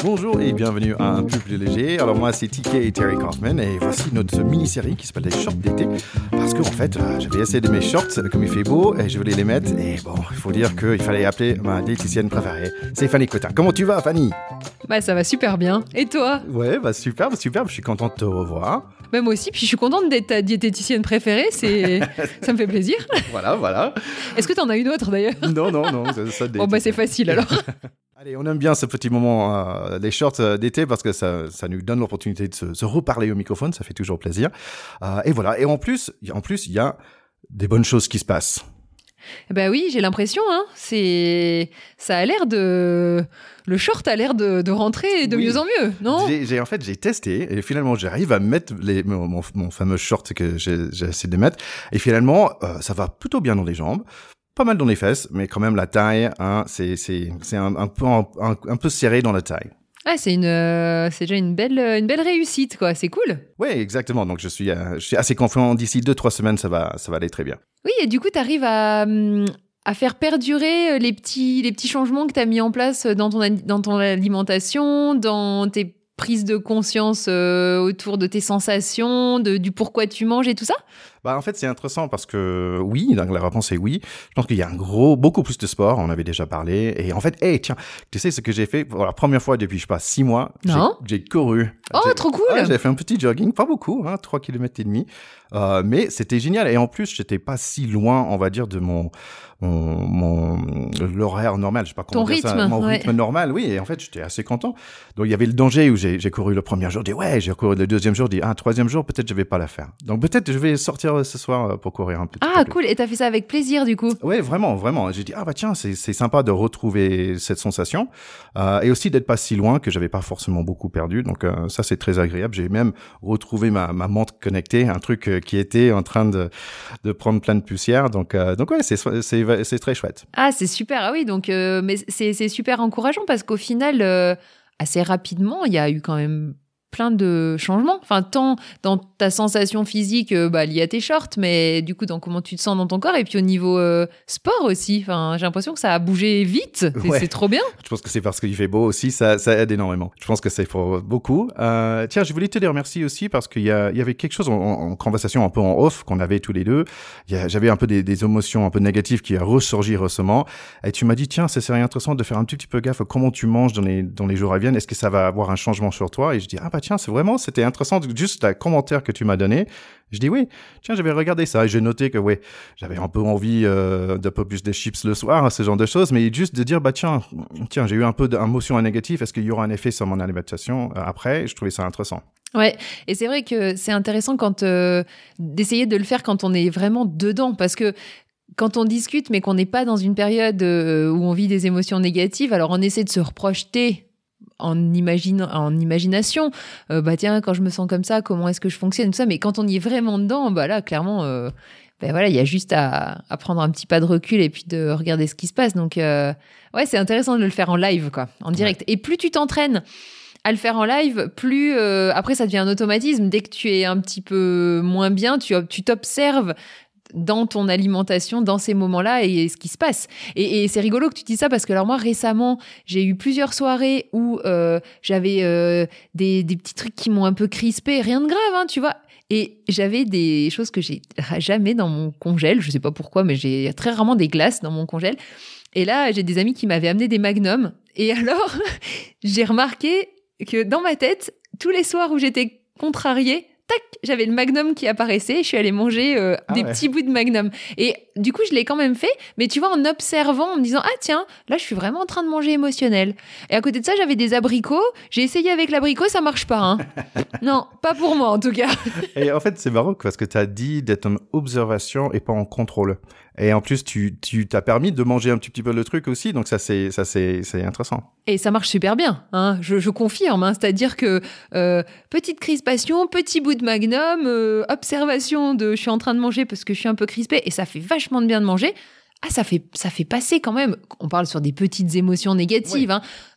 Bonjour et bienvenue à Un peu plus léger. Alors moi c'est TK et Terry Kaufman et voici notre mini-série qui s'appelle les shorts d'été. Parce qu'en fait j'avais essayé de mes shorts comme il fait beau et je voulais les mettre. Et bon, il faut dire qu'il fallait appeler ma diététicienne préférée. C'est Fanny Cotin. Comment tu vas Fanny? Bah ça va super bien. Et toi? Ouais, superbe. Je suis content de te revoir. Bah moi aussi, puis je suis contente d'être ta diététicienne préférée. Ça me fait plaisir. Voilà. Est-ce que t'en as une autre d'ailleurs? Non, ça Bon bah c'est facile alors. Allez, on aime bien ce petit moment des shorts d'été parce que ça nous donne l'opportunité de se reparler au microphone, ça fait toujours plaisir. Et voilà, et en plus, il y a des bonnes choses qui se passent. Bah oui, j'ai l'impression, ça a l'air de... Le short a l'air de rentrer de mieux en mieux, non? J'ai testé et finalement j'arrive à mettre mon fameux short que j'ai essayé de mettre et finalement ça va plutôt bien dans les jambes. Pas mal dans les fesses, mais quand même la taille, c'est un peu serré dans la taille. Ah, c'est déjà une belle réussite, quoi. C'est cool. Oui, exactement. Donc je suis assez confiant. D'ici 2-3 semaines, ça va aller très bien. Oui, et du coup, t'arrives à faire perdurer les petits changements que t'as mis en place dans ton alimentation, dans tes prises de conscience autour de tes sensations, du pourquoi tu manges et tout ça? Bah, en fait, c'est intéressant parce que oui, donc la réponse est oui. Je pense qu'il y a beaucoup plus de sport. On avait déjà parlé. Et en fait, tiens, tu sais ce que j'ai fait pour la première fois depuis, 6 mois? Non. J'ai couru. Trop cool! Ouais, j'ai fait un petit jogging, pas beaucoup, 3 km et demi. Mais c'était génial. Et en plus, j'étais pas si loin, on va dire, de l'horaire normal. Je sais pas comment dire ça. Mon rythme normal, oui. Et en fait, j'étais assez content. Donc, il y avait le danger où j'ai couru le premier jour. J'ai couru le deuxième jour. Troisième jour, peut-être je vais pas la faire. Donc, peut-être je vais sortir ce soir pour courir un peu. Ah, cool. Et t'as fait ça avec plaisir, du coup? Ouais, vraiment. J'ai dit, tiens, c'est sympa de retrouver cette sensation. Et aussi d'être pas si loin que j'avais pas forcément beaucoup perdu. Donc, ça, c'est très agréable. J'ai même retrouvé ma montre connectée, un truc qui était en train de prendre plein de poussière. Donc ouais, c'est très chouette. Ah, c'est super. Ah oui, donc, mais c'est super encourageant parce qu'au final, assez rapidement, il y a eu quand même plein de changements. Enfin, tant dans ta sensation physique liée à tes shorts, mais du coup, dans comment tu te sens dans ton corps et puis au niveau sport aussi. Enfin, j'ai l'impression que ça a bougé vite. Ouais. C'est trop bien. Je pense que c'est parce qu'il fait beau aussi, ça aide énormément. Je pense que c'est pour beaucoup. Tiens, je voulais te dire merci aussi parce qu'il y avait quelque chose en conversation un peu en off qu'on avait tous les deux. J'avais un peu des émotions un peu négatives qui a ressurgi récemment. Et tu m'as dit, tiens, ça serait intéressant de faire un petit peu gaffe à comment tu manges dans les jours à venir. Est-ce que ça va avoir un changement sur toi? Et je dis, tiens, c'était intéressant, juste le commentaire que tu m'as donné. Je dis oui, tiens, j'avais regardé ça et j'ai noté que j'avais un peu envie d'un peu plus de chips le soir, ce genre de choses, mais juste de dire, tiens, j'ai eu un peu d'émotion négative, est-ce qu'il y aura un effet sur mon alimentation après? Je trouvais ça intéressant. Ouais, et c'est vrai que c'est intéressant d'essayer de le faire quand on est vraiment dedans, parce que quand on discute mais qu'on n'est pas dans une période où on vit des émotions négatives, alors on essaie de se reprojeter en imagination, tiens, quand je me sens comme ça, comment est-ce que je fonctionne, tout ça. Mais quand on y est vraiment dedans, là, clairement, il y a juste à prendre un petit pas de recul et puis de regarder ce qui se passe. Donc, ouais, c'est intéressant de le faire en live, quoi, en direct. Ouais. Et plus tu t'entraînes à le faire en live, plus après, ça devient un automatisme. Dès que tu es un petit peu moins bien, tu t'observes dans ton alimentation, dans ces moments-là et ce qui se passe. Et c'est rigolo que tu dis ça parce que alors moi, récemment, j'ai eu plusieurs soirées où j'avais des petits trucs qui m'ont un peu crispé. Rien de grave, tu vois. Et j'avais des choses que j'ai jamais dans mon congèle. Je sais pas pourquoi, mais j'ai très rarement des glaces dans mon congèle. Et là, j'ai des amis qui m'avaient amené des Magnum. Et alors, j'ai remarqué que dans ma tête, tous les soirs où j'étais contrariée, j'avais le Magnum qui apparaissait, je suis allée manger petits bouts de Magnum. Et du coup, je l'ai quand même fait, mais tu vois, en observant, en me disant, tiens, là, je suis vraiment en train de manger émotionnel. Et à côté de ça, j'avais des abricots. J'ai essayé avec l'abricot, ça marche pas. Non, pas pour moi, en tout cas. Et en fait, c'est marrant parce que tu as dit d'être en observation et pas en contrôle. Et en plus, tu t'as permis de manger un petit peu le truc aussi, donc ça c'est intéressant. Et ça marche super bien, je confirme, c'est-à-dire que petite crispation, petit bout de Magnum, observation de je suis en train de manger parce que je suis un peu crispée et ça fait vachement de bien de manger. Ça fait passer quand même, on parle sur des petites émotions négatives,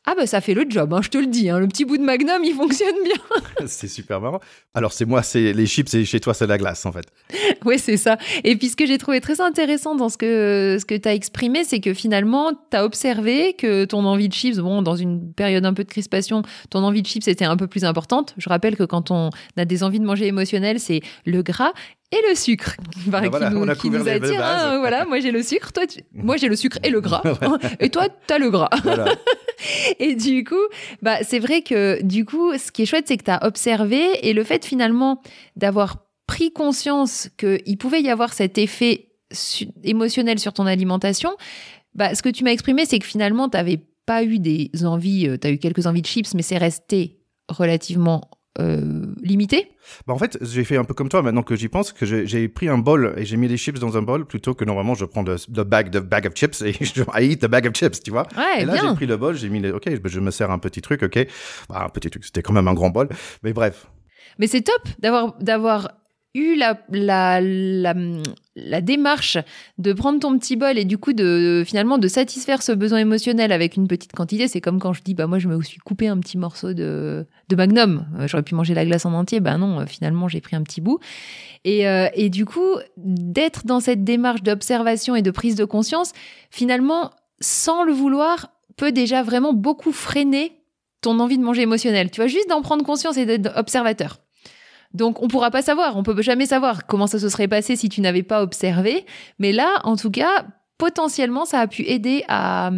Ah bah ça fait le job, hein, je te le dis. Hein. Le petit bout de Magnum, il fonctionne bien. C'est super marrant. Alors c'est moi, c'est les chips et chez toi c'est la glace en fait. Oui, c'est ça. Et puis ce que j'ai trouvé très intéressant dans ce que tu as exprimé, c'est que finalement, tu as observé que ton envie de chips, bon, dans une période un peu de crispation, ton envie de chips était un peu plus importante. Je rappelle que quand on a des envies de manger émotionnelles, c'est le gras et le sucre qui nous attire. Hein, voilà, moi j'ai le sucre, moi j'ai le sucre et le gras. Et toi, tu as le gras. Voilà. Et du coup, bah, c'est vrai que du coup, ce qui est chouette, c'est que tu as observé et le fait finalement d'avoir pris conscience qu'il pouvait y avoir cet effet émotionnel sur ton alimentation, bah, ce que tu m'as exprimé, c'est que finalement, tu n'avais pas eu des envies, tu as eu quelques envies de chips, mais c'est resté relativement limité. Bah en fait, j'ai fait un peu comme toi maintenant que j'y pense, que j'ai pris un bol et j'ai mis les chips dans un bol plutôt que normalement je prends the bag of chips et I eat the bag of chips, tu vois. Ouais, et là, bien. j'ai pris le bol, j'ai mis les... Ok, je me sers un petit truc, ok. Bah, un petit truc, c'était quand même un grand bol, mais bref. Mais c'est top d'avoir eu la démarche de prendre ton petit bol et du coup finalement de satisfaire ce besoin émotionnel avec une petite quantité. C'est comme quand je dis, bah moi je me suis coupé un petit morceau de Magnum. J'aurais pu manger la glace en entier. Bah non, finalement j'ai pris un petit bout. Et du coup, d'être dans cette démarche d'observation et de prise de conscience, finalement, sans le vouloir, peut déjà vraiment beaucoup freiner ton envie de manger émotionnelle. Tu vois, juste d'en prendre conscience et d'être observateur. Donc, on pourra pas savoir, on peut jamais savoir comment ça se serait passé si tu n'avais pas observé. Mais là, en tout cas, potentiellement, ça a pu aider à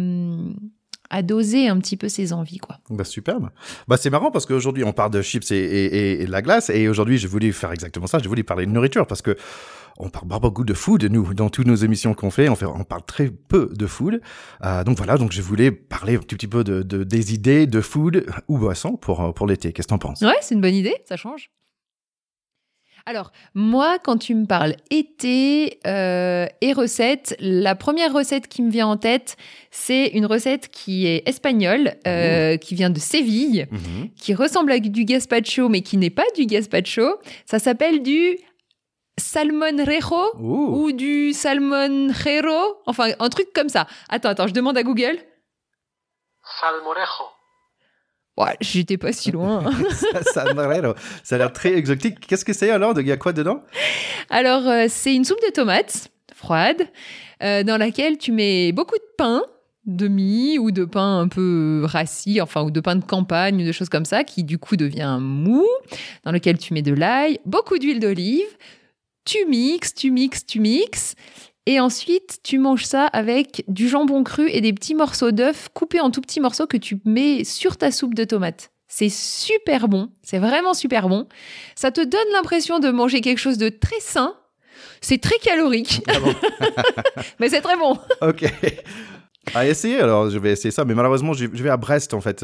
doser un petit peu ses envies, quoi. Bah, superbe. Bah, c'est marrant parce qu'aujourd'hui, on parle de chips et de la glace. Et aujourd'hui, j'ai voulu faire exactement ça. J'ai voulu parler de nourriture parce que on parle pas beaucoup de food, nous, dans toutes nos émissions qu'on fait. On parle très peu de food. Donc voilà, donc je voulais parler un petit peu des idées de food ou boissons pour l'été. Qu'est-ce que t'en penses? Ouais, c'est une bonne idée, ça change. Alors, moi, quand tu me parles été et recettes, la première recette qui me vient en tête, c'est une recette qui est espagnole, qui vient de Séville, qui ressemble à du gazpacho, mais qui n'est pas du gazpacho. Ça s'appelle du salmonrejo ou du salmonjero, enfin, un truc comme ça. Attends, je demande à Google. Salmorejo. Ouais, j'étais pas si loin. Ça a l'air très exotique. Qu'est-ce que c'est alors? Il y a quoi dedans? Alors, c'est une soupe de tomates froide dans laquelle tu mets beaucoup de pain de mie ou de pain un peu rassis, enfin, ou de pain de campagne ou de choses comme ça, qui du coup devient mou, dans lequel tu mets de l'ail, beaucoup d'huile d'olive, tu mixes. Et ensuite, tu manges ça avec du jambon cru et des petits morceaux d'œufs coupés en tout petits morceaux que tu mets sur ta soupe de tomates. C'est super bon, c'est vraiment super bon. Ça te donne l'impression de manger quelque chose de très sain. C'est très calorique, Ah bon. mais c'est très bon. Ok. À essayer, alors je vais essayer ça, mais malheureusement je vais à Brest en fait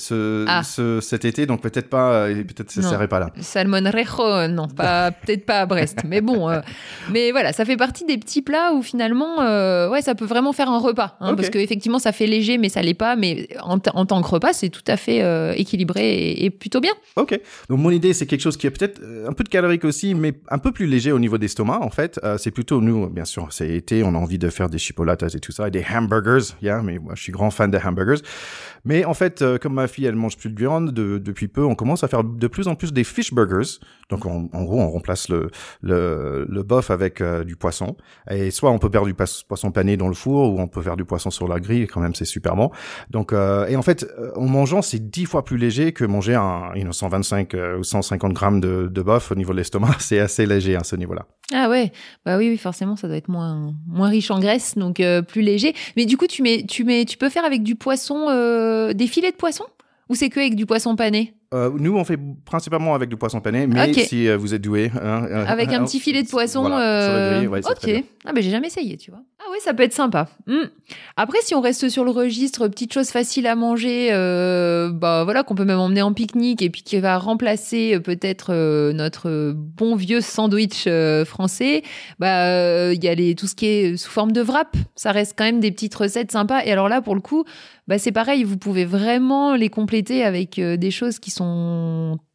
cet été, donc peut-être pas, peut-être ça ne serait pas là. Salmonrejo, non, peut-être pas à Brest, mais bon, mais voilà, ça fait partie des petits plats où finalement, ouais, ça peut vraiment faire un repas, hein, parce qu'effectivement ça fait léger, mais ça l'est pas, mais en tant que repas, c'est tout à fait équilibré et plutôt bien. Ok, donc mon idée c'est quelque chose qui est peut-être un peu de calorique aussi, mais un peu plus léger au niveau d'estomac en fait. C'est plutôt nous, bien sûr, c'est été, on a envie de faire des chipolatas et tout ça, et des hamburgers. Mais moi, je suis grand fan de hamburgers. Mais en fait, comme ma fille, elle mange plus de viande depuis peu, on commence à faire de plus en plus des fish burgers. Donc, en gros, on remplace le bœuf avec du poisson. Et soit on peut faire du poisson pané dans le four, ou on peut faire du poisson sur la grille. Quand même, c'est super bon. Donc, et en fait, en mangeant, c'est 10 fois plus léger que manger 125 ou 150 grammes de bœuf au niveau de l'estomac. C'est assez léger à ce niveau-là. Ah ouais, bah oui, forcément, ça doit être moins riche en graisse, donc plus léger. Mais du coup, tu peux faire avec du poisson, des filets de poisson, ou c'est que avec du poisson pané? Nous, on fait principalement avec du poisson pané, mais si vous êtes doué... avec un petit filet de poisson... Voilà, sur la grille, ouais, c'est très bien. Ah ben j'ai jamais essayé, tu vois. Ah ouais, ça peut être sympa. Après, si on reste sur le registre petites choses faciles à manger, bah voilà, qu'on peut même emmener en pique-nique et puis qui va remplacer peut-être notre bon vieux sandwich français, bah il y a tout ce qui est sous forme de wrap. Ça reste quand même des petites recettes sympas. Et alors là, pour le coup, bah c'est pareil, vous pouvez vraiment les compléter avec des choses qui sont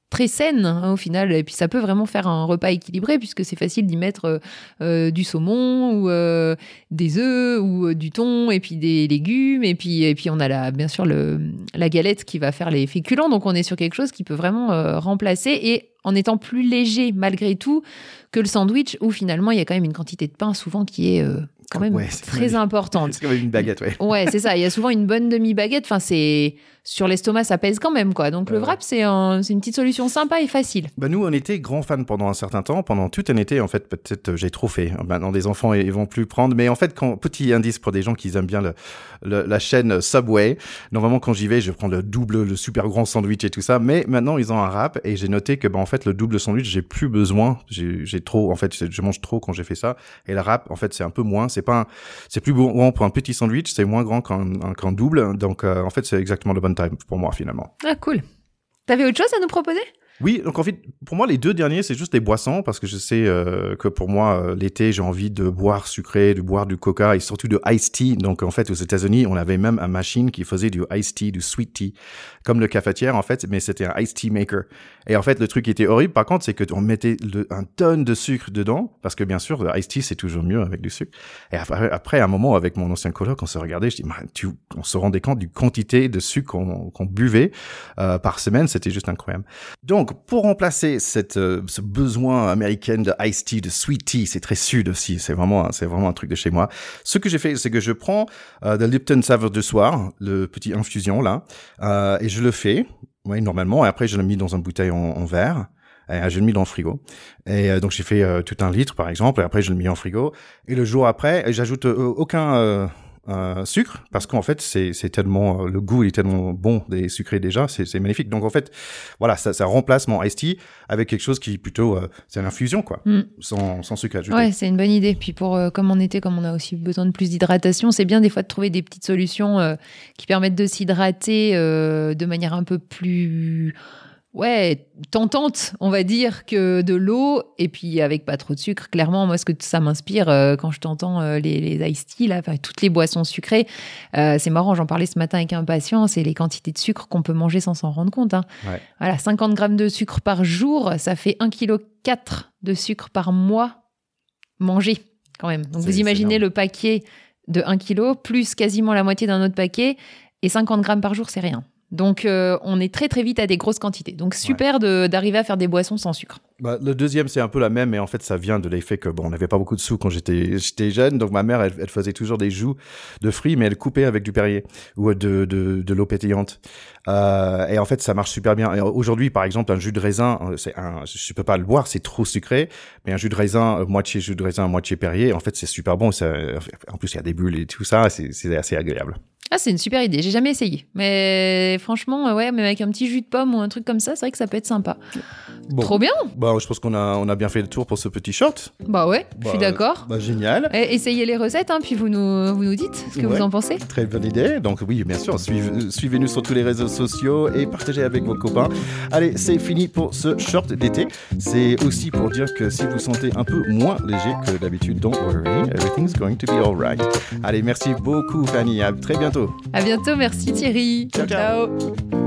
très saine au final, et puis ça peut vraiment faire un repas équilibré puisque c'est facile d'y mettre du saumon ou des œufs ou du thon et puis des légumes et puis on a bien sûr la galette qui va faire les féculents, donc on est sur quelque chose qui peut vraiment remplacer et en étant plus léger malgré tout que le sandwich où finalement il y a quand même une quantité de pain souvent qui est quand même très importante. C'est quand même une baguette, ouais. Ouais, c'est ça. Il y a souvent une bonne demi-baguette. Enfin, sur l'estomac, ça pèse quand même, quoi. Donc, le wrap, c'est une petite solution sympa et facile. Nous, on était grands fans pendant un certain temps. Pendant tout un été, en fait, peut-être j'ai trop fait. Maintenant, les enfants, ils vont plus prendre. Mais en fait, petit indice pour des gens qui aiment bien la chaîne Subway. Normalement, quand j'y vais, je prends le super grand sandwich et tout ça. Mais maintenant, ils ont un wrap et j'ai noté que, en fait, le double sandwich, j'ai plus besoin. J'ai trop, en fait, je mange trop quand j'ai fait ça. Et le wrap, en fait, c'est un peu moins. C'est plus bon pour un petit sandwich. C'est moins grand qu'un double. Donc, en fait, c'est exactement le bon time pour moi, finalement. Ah, cool. T'avais autre chose à nous proposer ? Oui, donc en fait, pour moi, les deux derniers, c'est juste des boissons, parce que je sais que pour moi, l'été, j'ai envie de boire sucré, de boire du coca, et surtout de iced tea. Donc en fait, aux États-Unis, on avait même une machine qui faisait du iced tea, du sweet tea, comme le cafetière, en fait, mais c'était un iced tea maker. Et en fait, le truc qui était horrible, par contre, c'est qu'on mettait un tonne de sucre dedans, parce que bien sûr, le iced tea, c'est toujours mieux avec du sucre. Et après, à un moment, avec mon ancien coloc, on se regardait, je dis, on se rendait compte du quantité de sucre qu'on buvait par semaine, c'était juste incroyable. Donc, pour remplacer ce besoin américain de iced tea, de sweet tea, c'est très sud aussi, c'est vraiment un truc de chez moi. Ce que j'ai fait, c'est que je prends de Lipton Saveur du soir, le petit infusion là, et je le fais, oui, normalement, et après je le mets dans une bouteille en verre. Et je le mets dans le frigo. Et donc j'ai fait tout un litre par exemple, et après je le mets en frigo. Et le jour après, j'ajoute aucun sucre, parce qu'en fait c'est tellement le goût est tellement bon des sucrés déjà, c'est magnifique. Donc en fait voilà, ça remplace mon iced tea avec quelque chose qui plutôt c'est une infusion quoi, sans sucre ajouté. Ouais, c'est une bonne idée. Puis comme en été, comme on a aussi besoin de plus d'hydratation, c'est bien des fois de trouver des petites solutions qui permettent de s'hydrater de manière un peu plus tentante, on va dire, que de l'eau, et puis avec pas trop de sucre. Clairement, moi, ce que ça m'inspire quand je t'entends les iced tea, là, toutes les boissons sucrées, c'est marrant, j'en parlais ce matin avec un patient, c'est les quantités de sucre qu'on peut manger sans s'en rendre compte. Hein. Ouais. Voilà, 50 grammes de sucre par jour, ça fait 1,4 kg de sucre par mois mangé, quand même. Donc, vous imaginez le paquet de 1 kg, plus quasiment la moitié d'un autre paquet, et 50 grammes par jour, c'est rien. Donc, on est très, très vite à des grosses quantités. Donc, super d'arriver à faire des boissons sans sucre. Le deuxième, c'est un peu la même, mais en fait, ça vient de l'effet que, on n'avait pas beaucoup de sous quand j'étais jeune. Donc, ma mère, elle faisait toujours des jus de fruits, mais elle coupait avec du Perrier ou de l'eau pétillante. Et en fait, ça marche super bien. Et aujourd'hui, par exemple, un jus de raisin, je peux pas le boire, c'est trop sucré. Mais un jus de raisin, moitié jus de raisin, moitié Perrier, en fait, c'est super bon. En plus, il y a des bulles et tout ça, c'est assez agréable. Ah, c'est une super idée. J'ai jamais essayé. Mais franchement, mais avec un petit jus de pomme ou un truc comme ça, c'est vrai que ça peut être sympa. Bon. Trop bien. Je pense qu'on a bien fait le tour pour ce petit short. Je suis d'accord. Génial. Essayez les recettes, puis vous nous dites ce que vous en pensez. Très bonne idée. Donc oui, bien sûr, suivez-nous sur tous les réseaux sociaux et partagez avec vos copains. Allez, c'est fini pour ce short d'été. C'est aussi pour dire que si vous sentez un peu moins léger que d'habitude, don't worry, everything's going to be alright. Allez, merci beaucoup Fanny, à très bientôt. À bientôt, merci Thierry. Ciao.